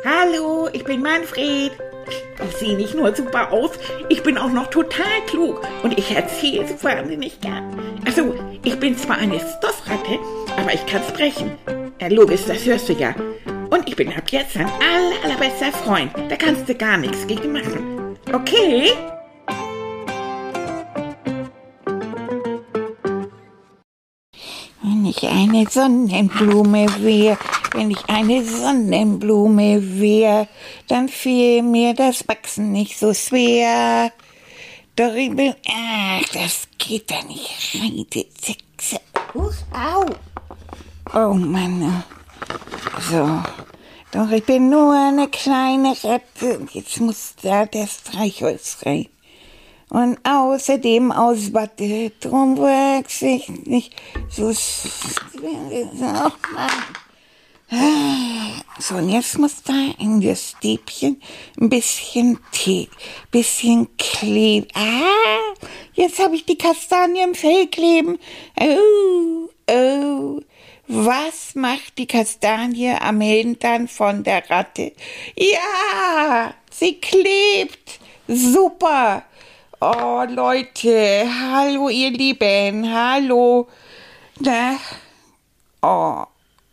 Hallo, ich bin Manfred. Ich sehe nicht nur super aus, ich bin auch noch total klug und ich erzähle so wahnsinnig gern. Also, ich bin zwar eine Stoffratte, aber ich kann sprechen. Logisch, das hörst du ja. Und ich bin ab jetzt dein allerbester Freund. Da kannst du gar nichts gegen machen. Okay? Wenn ich eine Sonnenblume wäre, dann fiel mir das Wachsen nicht so schwer. Doch ich bin, das geht da nicht rein. Au! Oh Mann. So. Doch ich bin nur eine kleine Ratte. Jetzt muss da das Streichholz rein. Und außerdem aus Watte, drum wachse ich nicht so. Oh Mann. So, und jetzt muss da in das Stäbchen ein bisschen Tee, bisschen Kleb. Jetzt habe ich die Kastanie im Fell kleben. Oh. Was macht die Kastanie am Hintern von der Ratte? Ja, sie klebt. Super. Oh, Leute, hallo ihr Lieben, hallo. Na, oh,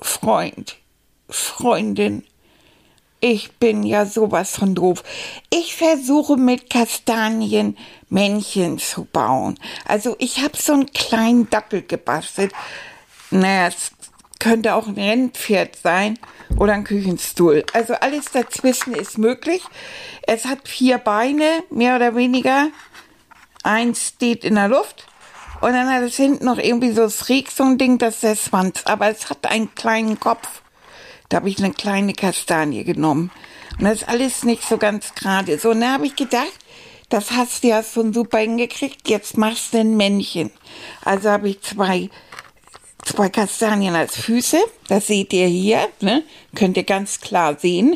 Freundin, ich bin ja sowas von doof. Ich versuche mit Kastanien Männchen zu bauen. Also ich habe so einen kleinen Dackel gebastelt. Naja, es könnte auch ein Rennpferd sein oder ein Küchenstuhl. Also alles dazwischen ist möglich. Es hat 4 Beine, mehr oder weniger. Eins steht in der Luft und dann hat es hinten noch irgendwie so so ein Ding, das ist der Schwanz. Aber es hat einen kleinen Kopf. Da habe ich eine kleine Kastanie genommen. Und das ist alles nicht so ganz gerade. So, und da habe ich gedacht, das hast du ja schon super hingekriegt, jetzt machst du ein Männchen. Also habe ich zwei Kastanien als Füße, das seht ihr hier, ne? Könnt ihr ganz klar sehen.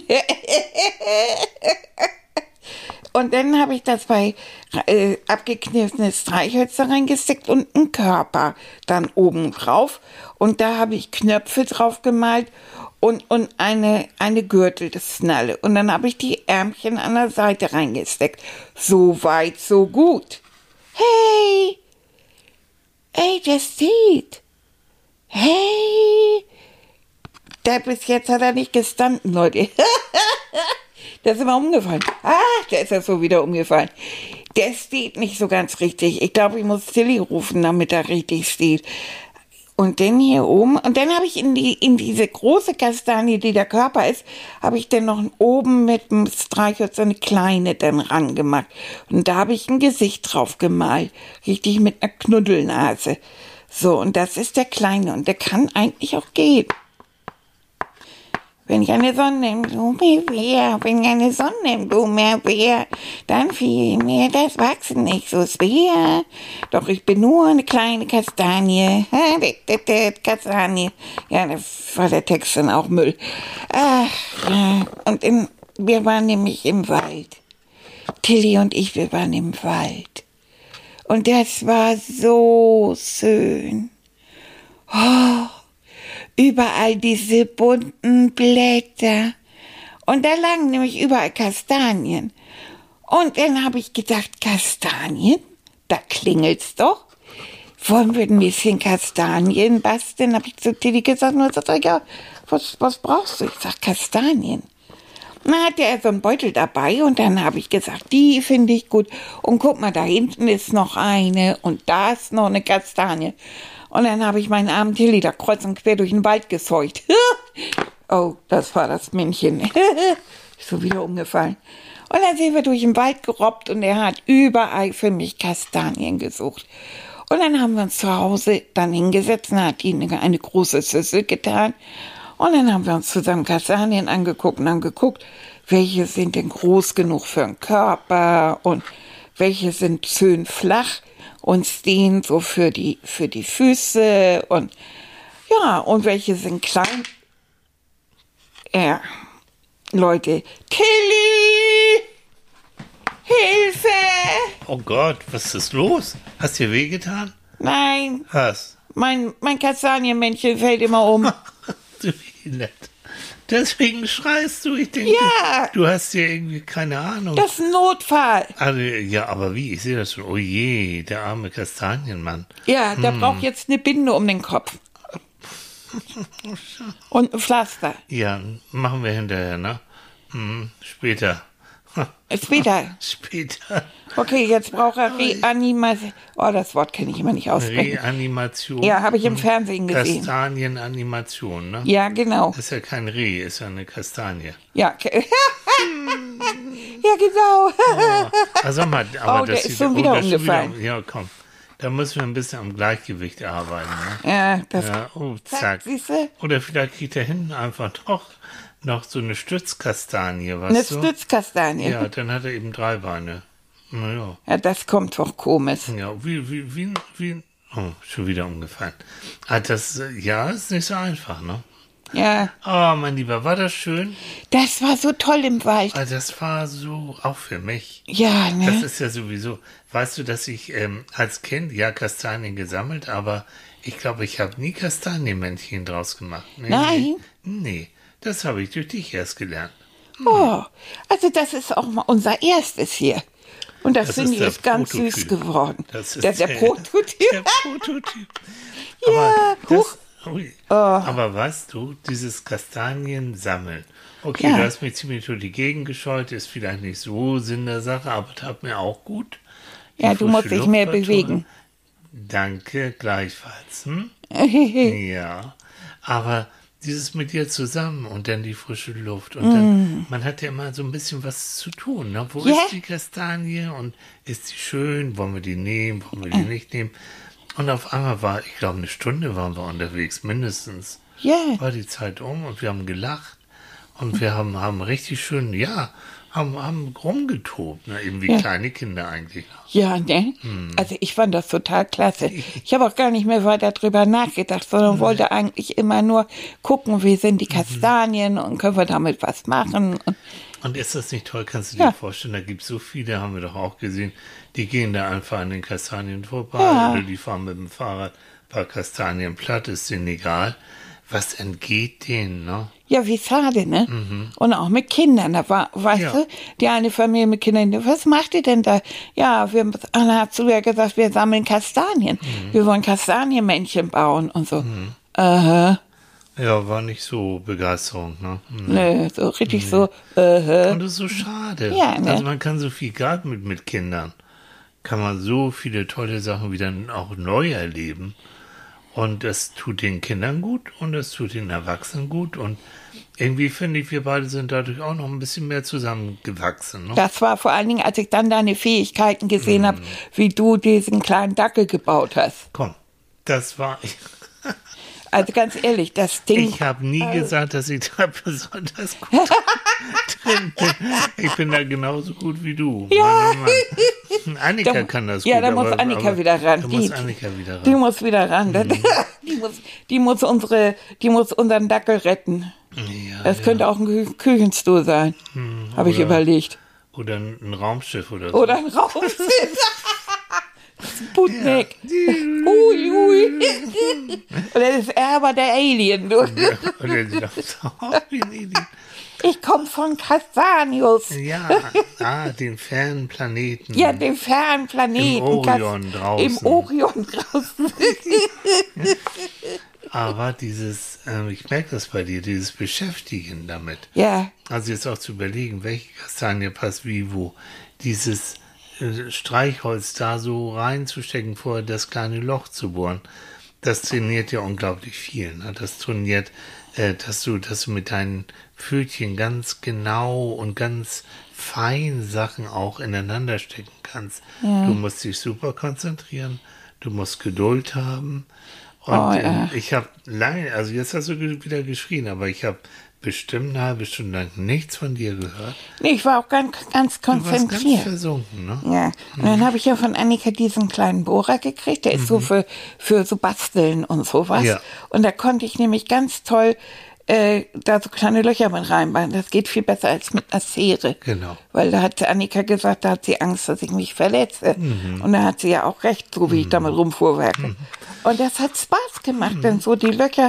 Und dann habe ich da 2 abgekniffene Streichhölzer reingesteckt und einen Körper dann oben drauf. Und da habe ich Knöpfe drauf gemalt und eine Gürtelsnalle. Und dann habe ich die Ärmchen an der Seite reingesteckt. So weit, so gut. Hey, der steht. Hey, bis jetzt hat er nicht gestanden, Leute. Der ist immer umgefallen. Der ist ja so wieder umgefallen. Der steht nicht so ganz richtig. Ich glaube, ich muss Tilly rufen, damit er richtig steht. Und dann hier oben, und dann habe ich in diese große Kastanie, die der Körper ist, habe ich dann noch oben mit dem Streichholz so eine kleine dann rangemacht. Und da habe ich ein Gesicht drauf gemalt. Richtig mit einer Knuddelnase. So, und das ist der Kleine und der kann eigentlich auch gehen. Wenn ich eine Sonnenblume wäre, dann fiel mir das Wachsen nicht so schwer. Doch ich bin nur eine kleine Kastanie. Kastanie. Ja, da war der Text dann auch Müll. Ja. Und wir waren nämlich im Wald. Tilly und ich, wir waren im Wald. Und das war so schön. Oh, überall diese bunten Blätter. Und da lagen nämlich überall Kastanien. Und dann habe ich gedacht, Kastanien? Da klingelt's doch. Wollen wir ein bisschen Kastanien basteln? Habe ich zu Tilly gesagt. Und sagt er, ja, was brauchst du? Ich sag, Kastanien. Dann hatte er so einen Beutel dabei und dann habe ich gesagt, die finde ich gut. Und guck mal, da hinten ist noch eine und da ist noch eine Kastanie. Und dann habe ich meinen armen Tilly da kreuz und quer durch den Wald gescheucht. Oh, das war das Männchen. Ist so wieder umgefallen. Und dann sind wir durch den Wald gerobbt und er hat überall für mich Kastanien gesucht. Und dann haben wir uns zu Hause dann hingesetzt und hat ihn eine große Schüssel getan. Und dann haben wir uns zusammen Kastanien angeguckt und haben geguckt, welche sind denn groß genug für den Körper und welche sind schön flach und stehen so für die Füße und ja, und welche sind klein. Ja, Leute, Tilly! Hilfe! Oh Gott, was ist los? Hast dir wehgetan? Nein. Was? Mein Kastanienmännchen fällt immer um. Du, wie nett. Deswegen schreist du. Ich denke, Ja. du hast hier irgendwie keine Ahnung. Das ist ein Notfall. Also, ja, aber wie? Ich sehe das schon. Oh je, der arme Kastanienmann. Ja, der braucht jetzt eine Binde um den Kopf. Und ein Pflaster. Ja, machen wir hinterher, ne? Später. Später. Später. Okay, jetzt braucht er Reanimation. Oh, das Wort kann ich immer nicht aussprechen. Reanimation. Ja, habe ich im Fernsehen gesehen. Kastanienanimation, ne? Ja, genau. Das ist ja kein Reh, ist ja eine Kastanie. Ja, ja genau. Also sag mal, aber Oh, der ist schon wieder umgefallen. Ja, komm. Da müssen wir ein bisschen am Gleichgewicht arbeiten, ne? Ja, das Ja, oh, zack, zack. siehst du? Oder vielleicht kriegt er hinten einfach doch noch so eine Stützkastanie, Eine weißt du? Stützkastanie. Ja, dann hat er eben 3 Beine. Naja. Ja, das kommt doch komisch. Ja, wie. Oh, schon wieder umgefallen. Ah, das, ja, ist nicht so einfach, ne? Ja, Oh, mein Lieber, war das schön? das war so toll im Wald. Ah, das war so, auch für mich. Ja, Das ne? ist ja sowieso, weißt du, dass ich als Kind ja Kastanien gesammelt, aber ich glaube, ich habe nie Kastanienmännchen draus gemacht. Nee, Nein? Nee, das habe ich durch dich erst gelernt. Oh, also das ist auch mal unser erstes hier. Und das Das finde ist ich der ist ganz Prototyp. süß geworden. Das ist der Prototyp. Der Prototyp. Ja, huch. Aber weißt du, dieses Kastaniensammeln. Okay, Ja. du hast mich ziemlich durch die Gegend gescheut, ist vielleicht nicht so Sinn der Sache, aber tat mir auch gut. Die Ja, du musst frische dich Luft mehr war toll. bewegen. Danke, gleichfalls. Ja, aber dieses mit dir zusammen und dann die frische Luft und dann, man hat ja immer so ein bisschen was zu tun. Ne? Wo Ja. ist die Kastanie und ist die schön? Wollen wir die nehmen? Wollen wir die nicht nehmen? Und auf einmal war, ich glaube, eine Stunde waren wir unterwegs, mindestens. Ja, War die Zeit um und wir haben gelacht und wir haben richtig schön, ja, haben rumgetobt, ne? Eben wie kleine Kinder eigentlich. ja, ne? Also ich fand das total klasse. Ich habe auch gar nicht mehr weiter drüber nachgedacht, sondern wollte eigentlich immer nur gucken, wie sind die Kastanien und können wir damit was machen. Und ist das nicht toll? Kannst du dir Ja. vorstellen, da gibt es so viele, haben wir doch auch gesehen, die gehen da einfach an den Kastanien vorbei Ja. oder die fahren mit dem Fahrrad ein paar Kastanien platt, ist denen egal. Was entgeht denen, ne? Ja, wie schade, ne? Und auch mit Kindern. Da war, weißt Ja. du, die eine Familie mit Kindern, was macht ihr denn da? Ja, Anna hat zu ihr gesagt, wir sammeln Kastanien. Wir wollen Kastanienmännchen bauen und so. Aha, Ja, war nicht so Begeisterung, ne? nö, so richtig so, Und das ist so schade. Ja, ne? Also man kann so viel, gerade mit Kindern, kann man so viele tolle Sachen wieder auch neu erleben. Und das tut den Kindern gut und das tut den Erwachsenen gut. Und irgendwie finde ich, wir beide sind dadurch auch noch ein bisschen mehr zusammengewachsen. Ne? Das war vor allen Dingen, als ich dann deine Fähigkeiten gesehen habe, wie du diesen kleinen Dackel gebaut hast. Komm, das war ich. Also ganz ehrlich, das Ding. Ich habe nie gesagt, dass ich da besonders gut drin bin. Ich bin da genauso gut wie du. Ja. Mann, oh Mann. Annika kann das gut. Ja, da muss Annika wieder ran. Da muss Annika wieder Die ran. muss wieder ran. Die muss unseren Dackel retten. Ja, Das könnte auch ein Küchenstuhl sein, habe ich oder- überlegt. Oder ein Raumschiff oder so. Oder ein Raumschiff. Sputnik. Ui, ui. Oder das ist er aber der Alien. Du. Oder die dachte, oh, wie ein Alien. Ich komme von Castanius. Ja, den fernen Planeten. Ja, dem fernen Planeten. Im Orion draußen. Im Orion draußen. Aber dieses, ich merke das bei dir, dieses Beschäftigen damit. Ja, Also jetzt auch zu überlegen, welche Kastanie passt wie wo. Dieses Streichholz da so reinzustecken, vorher das kleine Loch zu bohren, das trainiert ja unglaublich viel. Ne? Das trainiert, dass du mit deinen Pfötchen ganz genau und ganz fein Sachen auch ineinander stecken kannst. Du musst dich super konzentrieren, du musst Geduld haben. Und ich habe lange, also jetzt hast du wieder geschrien, aber ich habe bestimmt eine halbe Stunde lang nichts von dir gehört. nee, ich war auch ganz Du warst ganz konzentriert. versunken, ne? Ja, und dann habe ich ja von Annika diesen kleinen Bohrer gekriegt, der ist so für so Basteln und sowas. Ja. Und da konnte ich nämlich ganz toll da so kleine Löcher mit reinbauen. Das geht viel besser als mit einer Schere. Genau. Weil da hat Annika gesagt, da hat sie Angst, dass ich mich verletze. Und da hat sie ja auch recht, so wie ich damit rumfuhrwerke. Und das hat Spaß gemacht, denn so die Löcher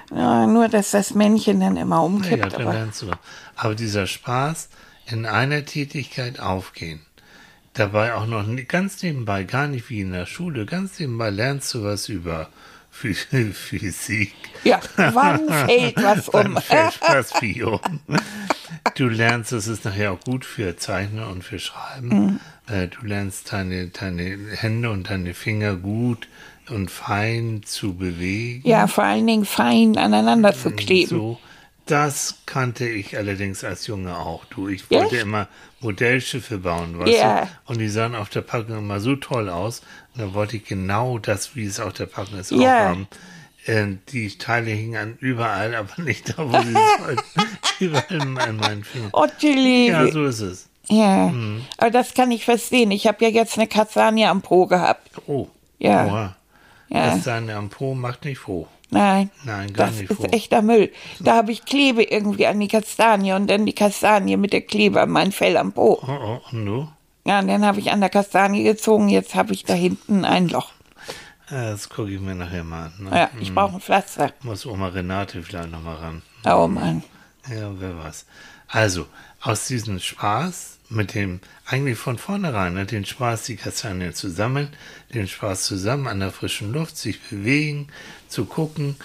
Ja, nur, dass das Männchen dann immer umkippt. Ja, dann lernst du. Aber dieser Spaß in einer Tätigkeit aufgehen, dabei auch noch ganz nebenbei, gar nicht wie in der Schule, ganz nebenbei lernst du was über Physik. Ja, wann fällt was um? Wann fällt was wie um? Du lernst, das ist nachher auch gut für Zeichnen und für Schreiben. Du lernst deine Hände und deine Finger gut und fein zu bewegen. Ja, vor allen Dingen fein aneinander zu kleben. So, das kannte ich allerdings als Junge auch. Ich wollte immer Modellschiffe bauen, weißt du? Und die sahen auf der Packung immer so toll aus. Und dann wollte ich genau das, wie es auf der Packung ist, auch haben. Die Teile hingen überall, aber nicht da, wo sie sollten. Überall an meinen Fingern. Oh, die Liebe. Ja, so ist es. Ja, aber das kann ich verstehen. Ich habe ja jetzt eine Kastanie am Po gehabt. Oh, ja. Oha. Ja. Kastanie am Po macht nicht froh. Nein, gar nicht froh. Das ist echter Müll. Da habe ich Klebe irgendwie an die Kastanie und dann die Kastanie mit der Klebe an mein Fell am Po. Oh, und du? Ja, und dann habe ich an der Kastanie gezogen, jetzt habe ich da hinten ein Loch. Das gucke ich mir nachher mal an. Ne? Ja, ich brauche ein Pflaster. Muss Oma Renate vielleicht nochmal ran. Oh Mann. Ja, wer weiß. Also, aus diesem Spaß, mit dem, eigentlich von vornherein, ne, den Spaß, die Kastanien zu sammeln, den Spaß zusammen an der frischen Luft, sich bewegen, zu gucken,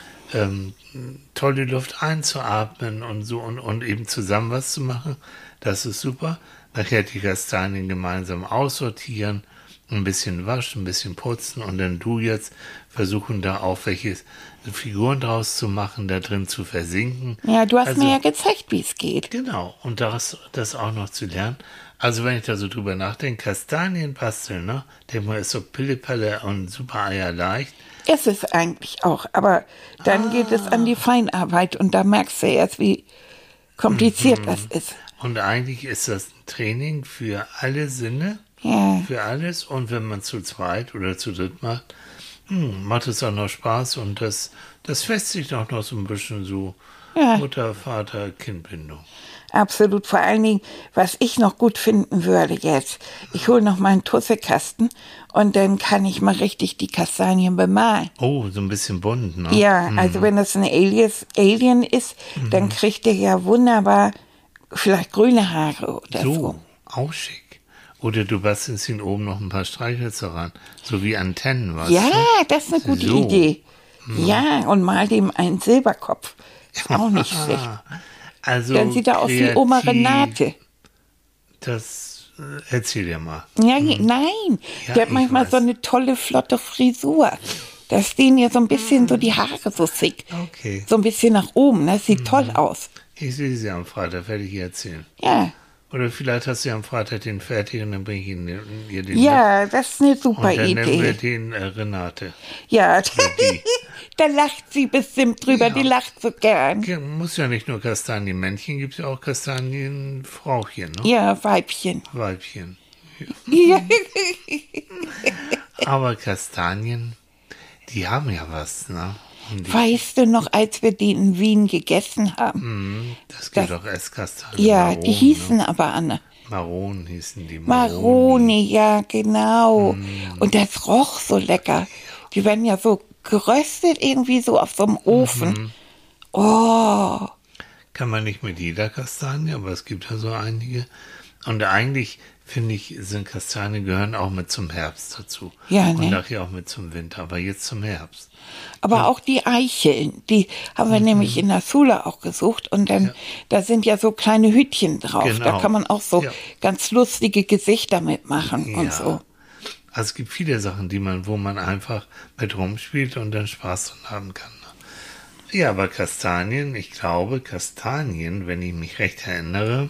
tolle Luft einzuatmen und so und eben zusammen was zu machen, das ist super. Nachher die Kastanien gemeinsam aussortieren, ein bisschen waschen, ein bisschen putzen und dann du jetzt versuchen, da auch welche Figuren draus zu machen, da drin zu versinken. Ja, du hast mir ja gezeigt, wie es geht. Genau, und das auch noch zu lernen. Also wenn ich da so drüber nachdenke, Kastanien basteln, ne? Denke mal, ist so Pillepalle und super Eier leicht. Ist es eigentlich auch, aber dann geht es an die Feinarbeit und da merkst du erst, wie kompliziert das ist. Und eigentlich ist das ein Training für alle Sinne, für alles. Und wenn man zu zweit oder zu dritt macht, macht es auch noch Spaß und das festigt auch noch so ein bisschen so Mutter, Vater, Kind-Bindung. Absolut, vor allen Dingen, was ich noch gut finden würde jetzt, ich hole noch mal einen Tussekasten und dann kann ich mal richtig die Kastanien bemalen. Oh, so ein bisschen bunt, ne? Ja, also wenn das ein Alien ist, dann kriegt er ja wunderbar vielleicht grüne Haare oder so. Auch schick. Oder du bastelst ihn oben noch ein paar Streichhölzer ran, so wie Antennen, weißt Ja, du? das ist eine gute Idee. Ja, und mal dem einen Silberkopf. Ist auch nicht schlecht. Also dann sieht er aus wie Oma Renate. Das erzähl dir mal. Ja, nein, Ja, der hat manchmal weiß. so eine tolle, flotte Frisur. Da stehen ja so ein bisschen so die Haare so sick. Okay. So ein bisschen nach oben, das sieht toll aus. Ich sehe sie am Freitag, werde ich ihr erzählen. Ja, Oder vielleicht hast du ja am Freitag den fertig und dann bringe ich ihr den ja, das ist eine super und dann nennen wir Idee. den Renate. Ja, die. da lacht sie bestimmt drüber, die lacht so gern. Ja, muss ja nicht nur Kastanienmännchen, gibt es ja auch Kastanienfrauchen, ne? Ja, Weibchen. Weibchen. Ja. Aber Kastanien, die haben ja was, ne? Und die, Weißt du noch, als wir die in Wien gegessen haben? das gibt auch Esskastanien. Ja, Maroni, die hießen ne? aber Anne. Maronen hießen die. Maroni, ja, genau. Und das roch so lecker. Die werden ja so geröstet irgendwie so auf so einem Ofen. Oh, Kann man nicht mit jeder Kastanie, aber es gibt ja so einige. Und eigentlich, finde ich, sind Kastanien gehören auch mit zum Herbst dazu. Ja, Und ne? nachher auch mit zum Winter, aber jetzt zum Herbst. aber auch die Eicheln, die haben wir nämlich in der Schule auch gesucht und dann, da sind ja so kleine Hütchen drauf. Da Genau. kann man auch so Ja. ganz lustige Gesichter mitmachen und Ja. so. Also es gibt viele Sachen, wo man einfach mit rumspielt und dann Spaß dran haben kann. Ne? Ja, aber Kastanien, ich glaube, Kastanien, wenn ich mich recht erinnere,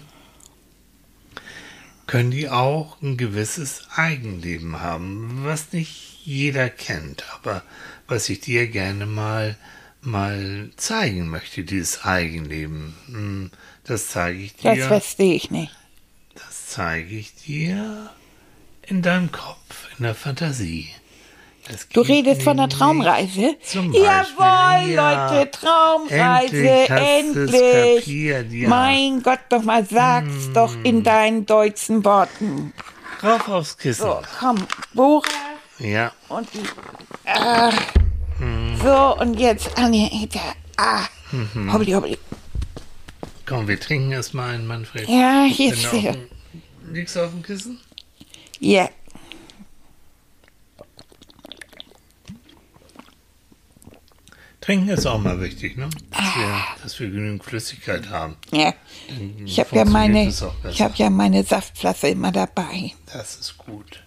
können die auch ein gewisses Eigenleben haben, was nicht jeder kennt, aber was ich dir gerne mal zeigen möchte, dieses Eigenleben. Das zeige ich Das dir. verstehe ich nicht. Das zeige ich dir in deinem Kopf, in der Fantasie. Es Du gibt redest von der nämlich Traumreise? zum Beispiel, Jawohl, ja. Leute, Traumreise, Endlich hast du's endlich. kapiert, ja. Mein Gott, doch mal sag's doch in deinen deutschen Worten. Rauf aufs Kissen. So, komm, Bora Ja, und die. So, und jetzt, Anita, Hoppli, hoppli. Komm, wir trinken erstmal einen, Manfred. Ja, hier ist Wenn du wieder. Liegst du auf dem Kissen? Ja. Trinken ist auch mal wichtig, ne? Dass wir genügend Flüssigkeit haben. Ja. Dann Ich habe funktioniert es auch besser. ja meine Saftflasche immer dabei. Das ist gut.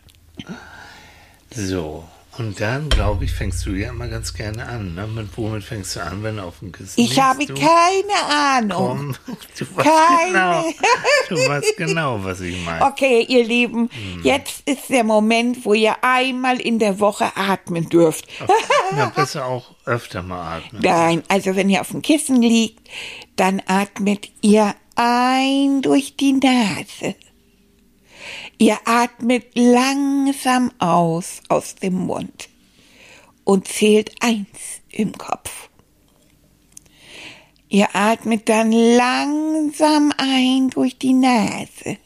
So, und dann, glaube ich, fängst du ja immer ganz gerne an. Ne? Womit fängst du an, wenn du auf dem Kissen Ich liegst? habe keine Ahnung. Komm, du weißt Keine. du weißt genau, was ich meine. Okay, ihr Lieben, jetzt ist der Moment, wo ihr einmal in der Woche atmen dürft. Na, besser auch öfter mal atmen. Nein, also wenn ihr auf dem Kissen liegt, dann atmet ihr ein durch die Nase. Ihr atmet langsam aus dem Mund und zählt 1 im Kopf. Ihr atmet dann langsam ein durch die Nase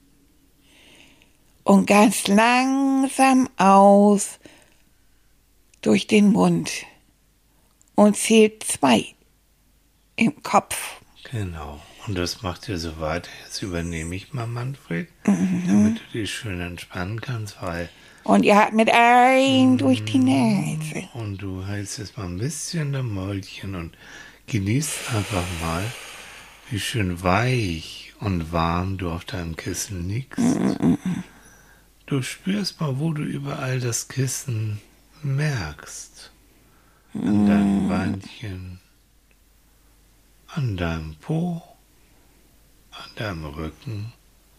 und ganz langsam aus durch den Mund und zählt 2 im Kopf. Genau. Und das macht ihr so weiter. Jetzt übernehme ich mal, Manfred, damit du dich schön entspannen kannst, weil... Und ihr atmet ein durch die Nase. Und du hältst jetzt mal ein bisschen das Mäulchen und genießt einfach mal, wie schön weich und warm du auf deinem Kissen liegst. Du spürst mal, wo du überall das Kissen merkst. An deinen Beinchen, an deinem Po, an deinem Rücken,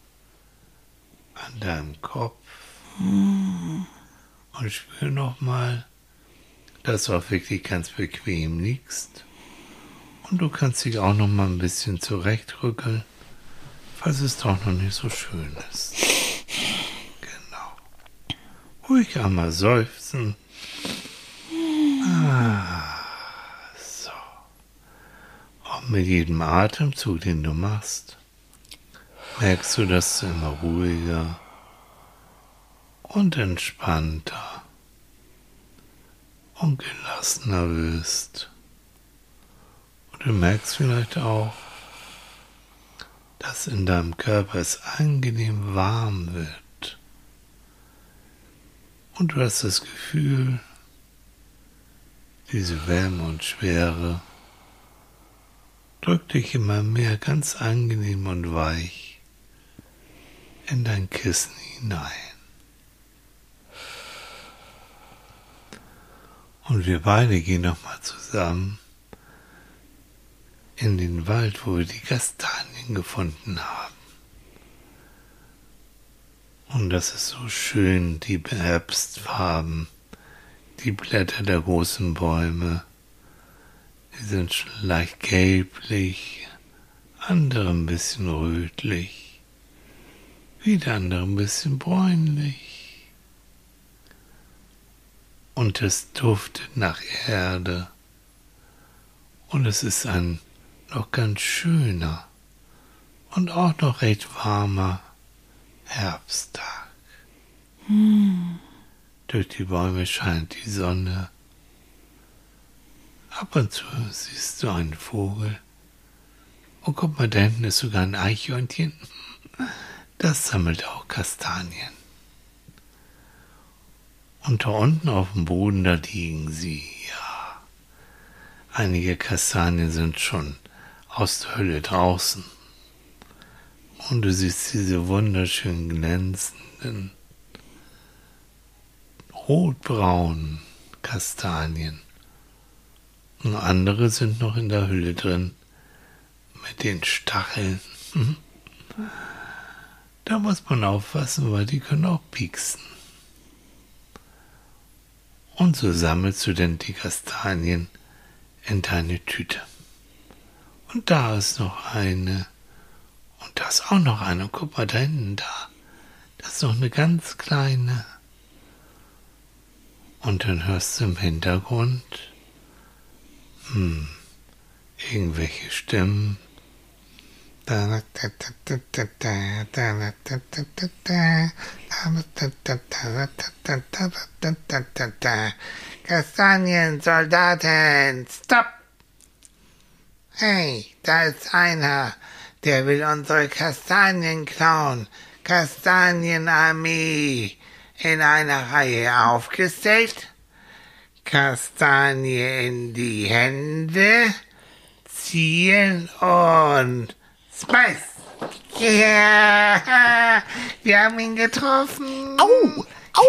an deinem Kopf. Und spür nochmal, dass du auch wirklich ganz bequem liegst. Und du kannst dich auch noch mal ein bisschen zurechtrückeln, falls es doch noch nicht so schön ist. Genau. Ruhig einmal seufzen. So. Und mit jedem Atemzug, den du machst, merkst du, dass du immer ruhiger und entspannter und gelassener wirst. Und du merkst vielleicht auch, dass in deinem Körper es angenehm warm wird. Und du hast das Gefühl, diese Wärme und Schwere drückt dich immer mehr ganz angenehm und weich in dein Kissen hinein. Und wir beide gehen nochmal zusammen in den Wald, wo wir die Kastanien gefunden haben. Und das ist so schön, die Herbstfarben, die Blätter der großen Bäume, die sind schon leicht gelblich, andere ein bisschen rötlich, wieder andere ein bisschen bräunlich. Und es duftet nach Erde. Und es ist ein noch ganz schöner und auch noch recht warmer Herbsttag. Durch die Bäume scheint die Sonne. Ab und zu siehst du einen Vogel. Oh, guck mal, da hinten ist sogar ein Eichhörnchen. Das sammelt auch Kastanien. Und da unten auf dem Boden, da liegen sie, ja. Einige Kastanien sind schon aus der Hölle draußen. Und du siehst diese wunderschön glänzenden, rotbraunen Kastanien. Und andere sind noch in der Hülle drin, mit den Stacheln. Da muss man aufpassen, weil die können auch pieksen. Und so sammelst du denn die Kastanien in deine Tüte. Und da ist noch eine. Und da ist auch noch eine. Guck mal, da hinten, da. Das ist noch eine ganz kleine. Und dann hörst du im Hintergrund irgendwelche Stimmen. Kastanien, Soldaten, stopp! Hey, da ist einer, der will unsere Kastanien klauen. Kastanienarmee in einer Reihe aufgestellt. Kastanie in die Hände, ziehen und Spice. Ja, wir haben ihn getroffen. Au, au,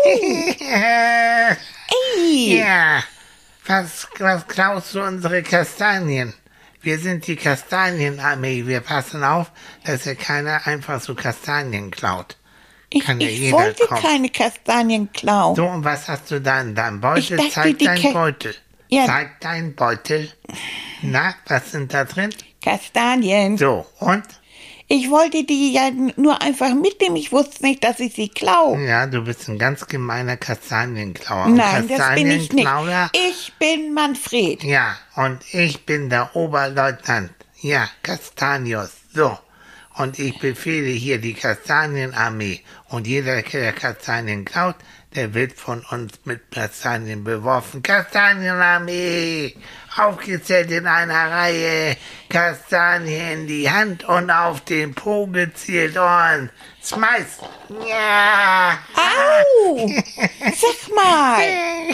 ey. Ja, was klaust du unsere Kastanien? Wir sind die Kastanienarmee. Wir passen auf, dass hier keiner einfach so Kastanien klaut. Ich wollte keine Kastanien klauen. So, und was hast du da in deinem Beutel? Dachte, Zeig deinen Beutel. Ja. Zeig deinen Beutel. Na, was sind da drin? Kastanien. So, und? Ich wollte die ja nur einfach mitnehmen. Ich wusste nicht, dass ich sie klaue. Ja, du bist ein ganz gemeiner Kastanienklauer. Nein, das bin ich nicht. Kastanienklauer? Ich bin Manfred. Ja, und ich bin der Oberleutnant. Ja, Castanius. So. Und ich befehle hier die Kastanienarmee. Und jeder, der Kastanien klaut, der wird von uns mit Kastanien beworfen. Kastanienarmee! Aufgezählt in einer Reihe. Kastanie in die Hand und auf den Po gezielt und Schmeiß! Ja! Au! Sag mal!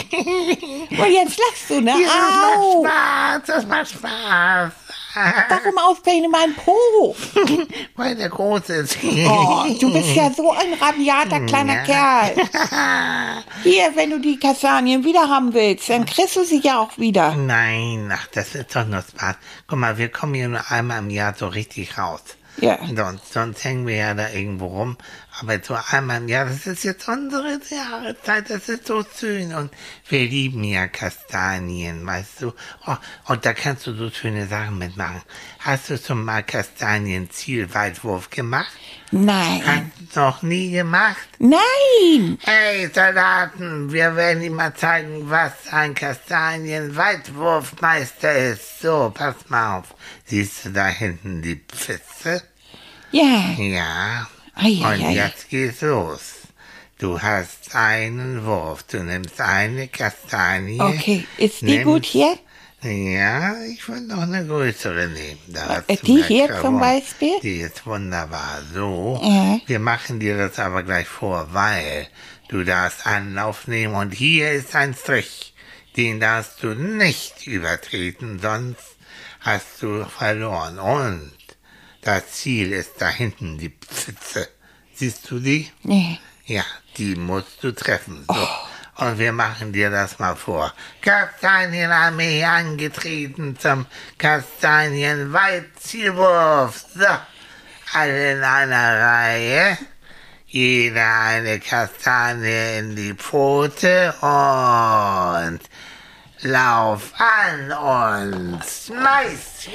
Und jetzt lachst du, ne? Au! Das macht Spaß! Warum ausgerechnet mein Po? Weil der groß ist. Oh, du bist ja so ein rabiater kleiner Kerl. Hier, wenn du die Kastanien wieder haben willst, dann kriegst du sie ja auch wieder. Nein, ach, das ist doch nur Spaß. Guck mal, wir kommen hier nur einmal im Jahr so richtig raus. Ja. Sonst hängen wir ja da irgendwo rum. Aber so einmal im Jahr, das ist jetzt unsere Jahreszeit, das ist so schön. Und wir lieben ja Kastanien, weißt du. Oh, und da kannst du so schöne Sachen mitmachen. Hast du schon mal Kastanien-Zielweitwurf gemacht? Nein. Hast du noch nie gemacht? Nein! Hey, Soldaten, wir werden Ihnen mal zeigen, was ein Kastanienweitwurfmeister ist. So, pass mal auf. Siehst du da hinten die Pfütze? Ja. Ja. Ei, Und ei. jetzt geht's los. Du hast einen Wurf. Du nimmst eine Kastanie. Okay, ist die gut hier? Ja, ich würde noch eine größere nehmen. Da hast du Die mehr hier Körper. zum Beispiel? Die ist wunderbar. So, Ja. wir machen dir das aber gleich vor, weil du darfst Anlauf nehmen und hier ist ein Strich. Den darfst du nicht übertreten, sonst hast du verloren. Und das Ziel ist da hinten, die Pfütze. Siehst du die? Nee. Ja, die musst du treffen. So. Und wir machen dir das mal vor. Kastanienarmee angetreten zum Kastanienweitzielwurf. So, alle in einer Reihe. Jeder eine Kastanie in die Pfote und lauf an und schmeiß.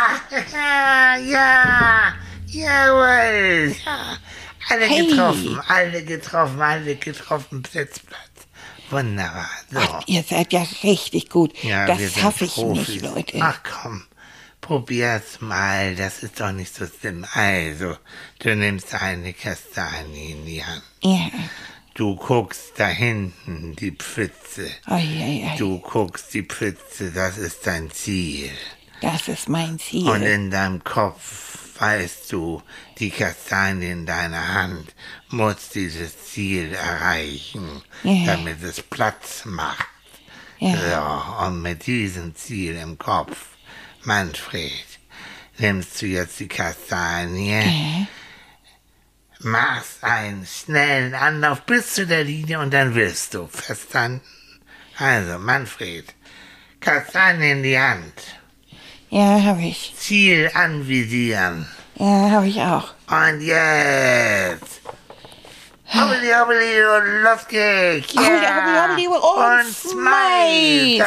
Ja, jawohl. Ja. Alle Hey. getroffen, Sitzplatz. Wunderbar. So. Ach, ihr seid ja richtig gut. Ja, wir Das sind schaffe ich Profis. nicht, Leute. Ach komm, probier's mal, das ist doch nicht so schlimm. Also, du nimmst eine Kastanie in die Hand. Ja. Du guckst da hinten die Pfütze. Ei, ei, ei. Du guckst die Pfütze, das ist dein Ziel. Das ist mein Ziel. Und in deinem Kopf weißt du, die Kastanie in deiner Hand muss dieses Ziel erreichen, Ja. damit es Platz macht. Ja. So, und mit diesem Ziel im Kopf, Manfred, nimmst du jetzt die Kastanie, machst einen schnellen Anlauf bis zu der Linie und dann wirst du. Verstanden? Also, Manfred, Kastanie in die Hand. Ja, habe ich. Ziel anvisieren. Ja, habe ich auch. Und jetzt. Hobbeli, hobbeli und los geht's. Ja. Hobbeli, hobbeli, hobbeli und smite.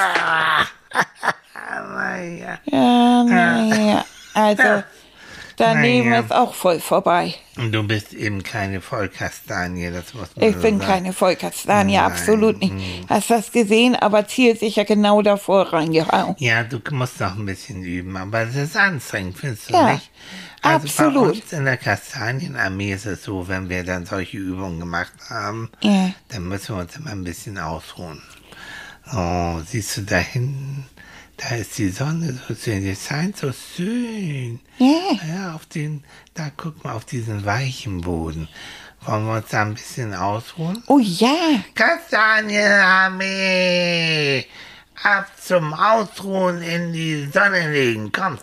Ja, naja. Also, daneben Naja. ist auch voll vorbei. Du bist eben keine Vollkastanie, das muss man Ich so bin sagen. keine Vollkastanie, Nein. absolut nicht. Hast das gesehen, aber zielsicher genau davor reingehauen. Ja, du musst noch ein bisschen üben, aber das ist anstrengend, findest du Ja, nicht? Also absolut. Bei uns in der Kastanienarmee ist es so, wenn wir dann solche Übungen gemacht haben, Ja. dann müssen wir uns immer ein bisschen ausruhen. Oh, siehst du da hinten Da ist die Sonne so schön, die scheint so schön. Ja. Ja, da guck mal, auf diesen weichen Boden. Wollen wir uns da ein bisschen ausruhen? Oh ja. Kastanienarmee! Ab zum Ausruhen in die Sonne legen. Komm.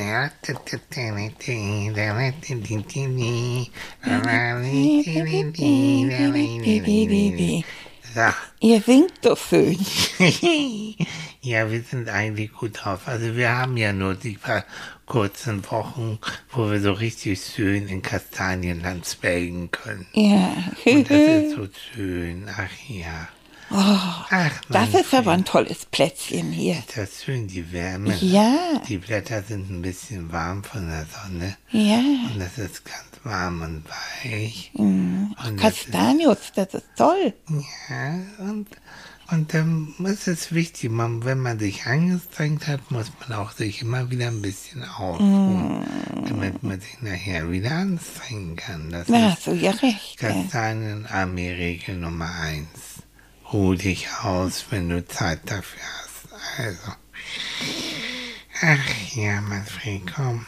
So. Ihr singt so schön. Ja, wir sind eigentlich gut drauf. Also wir haben ja nur die paar kurzen Wochen, wo wir so richtig schön in Kastanienland schwelgen können. Ja. Und das ist so schön. Ach ja. Oh, Ach, das ist aber ein tolles Plätzchen hier. Ist das schön, die Wärme. Ja. Die Blätter sind ein bisschen warm von der Sonne. Ja. Und das ist ganz warm und weich. Mm. Und Kastanius, das ist toll. Ja, und dann ist es wichtig, wenn man sich angestrengt hat, muss man auch sich immer wieder ein bisschen ausruhen, damit man sich nachher wieder anstrengen kann. Das Na, ist hast du ja recht. Ja. Kastanienarmee-Regel Nummer 1. Ruh dich aus, wenn du Zeit dafür hast. Also, ach ja, Manfred, komm.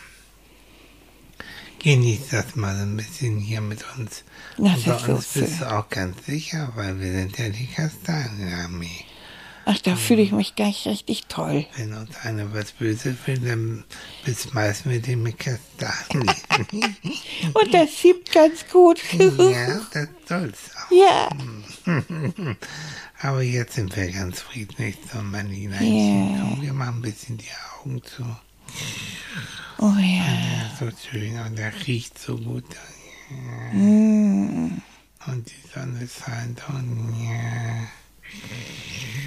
Genieß das mal so ein bisschen hier mit uns. Das Und bei ist so uns bist schön. du auch ganz sicher, weil wir sind ja die Kastanienarmee. Ach, da fühle ich mich gleich richtig toll. Wenn uns einer was Böses will, dann beschmeißen wir den mit Kastanien. Und das schiebt ganz gut. Ja, das soll's auch. Ja. Aber jetzt sind wir ganz friedlich, so Manina. Ja. Wir machen ein bisschen die Augen zu. Oh ja. Ja, so schön und der riecht so gut. Mm. Und die Sonne scheint und ja.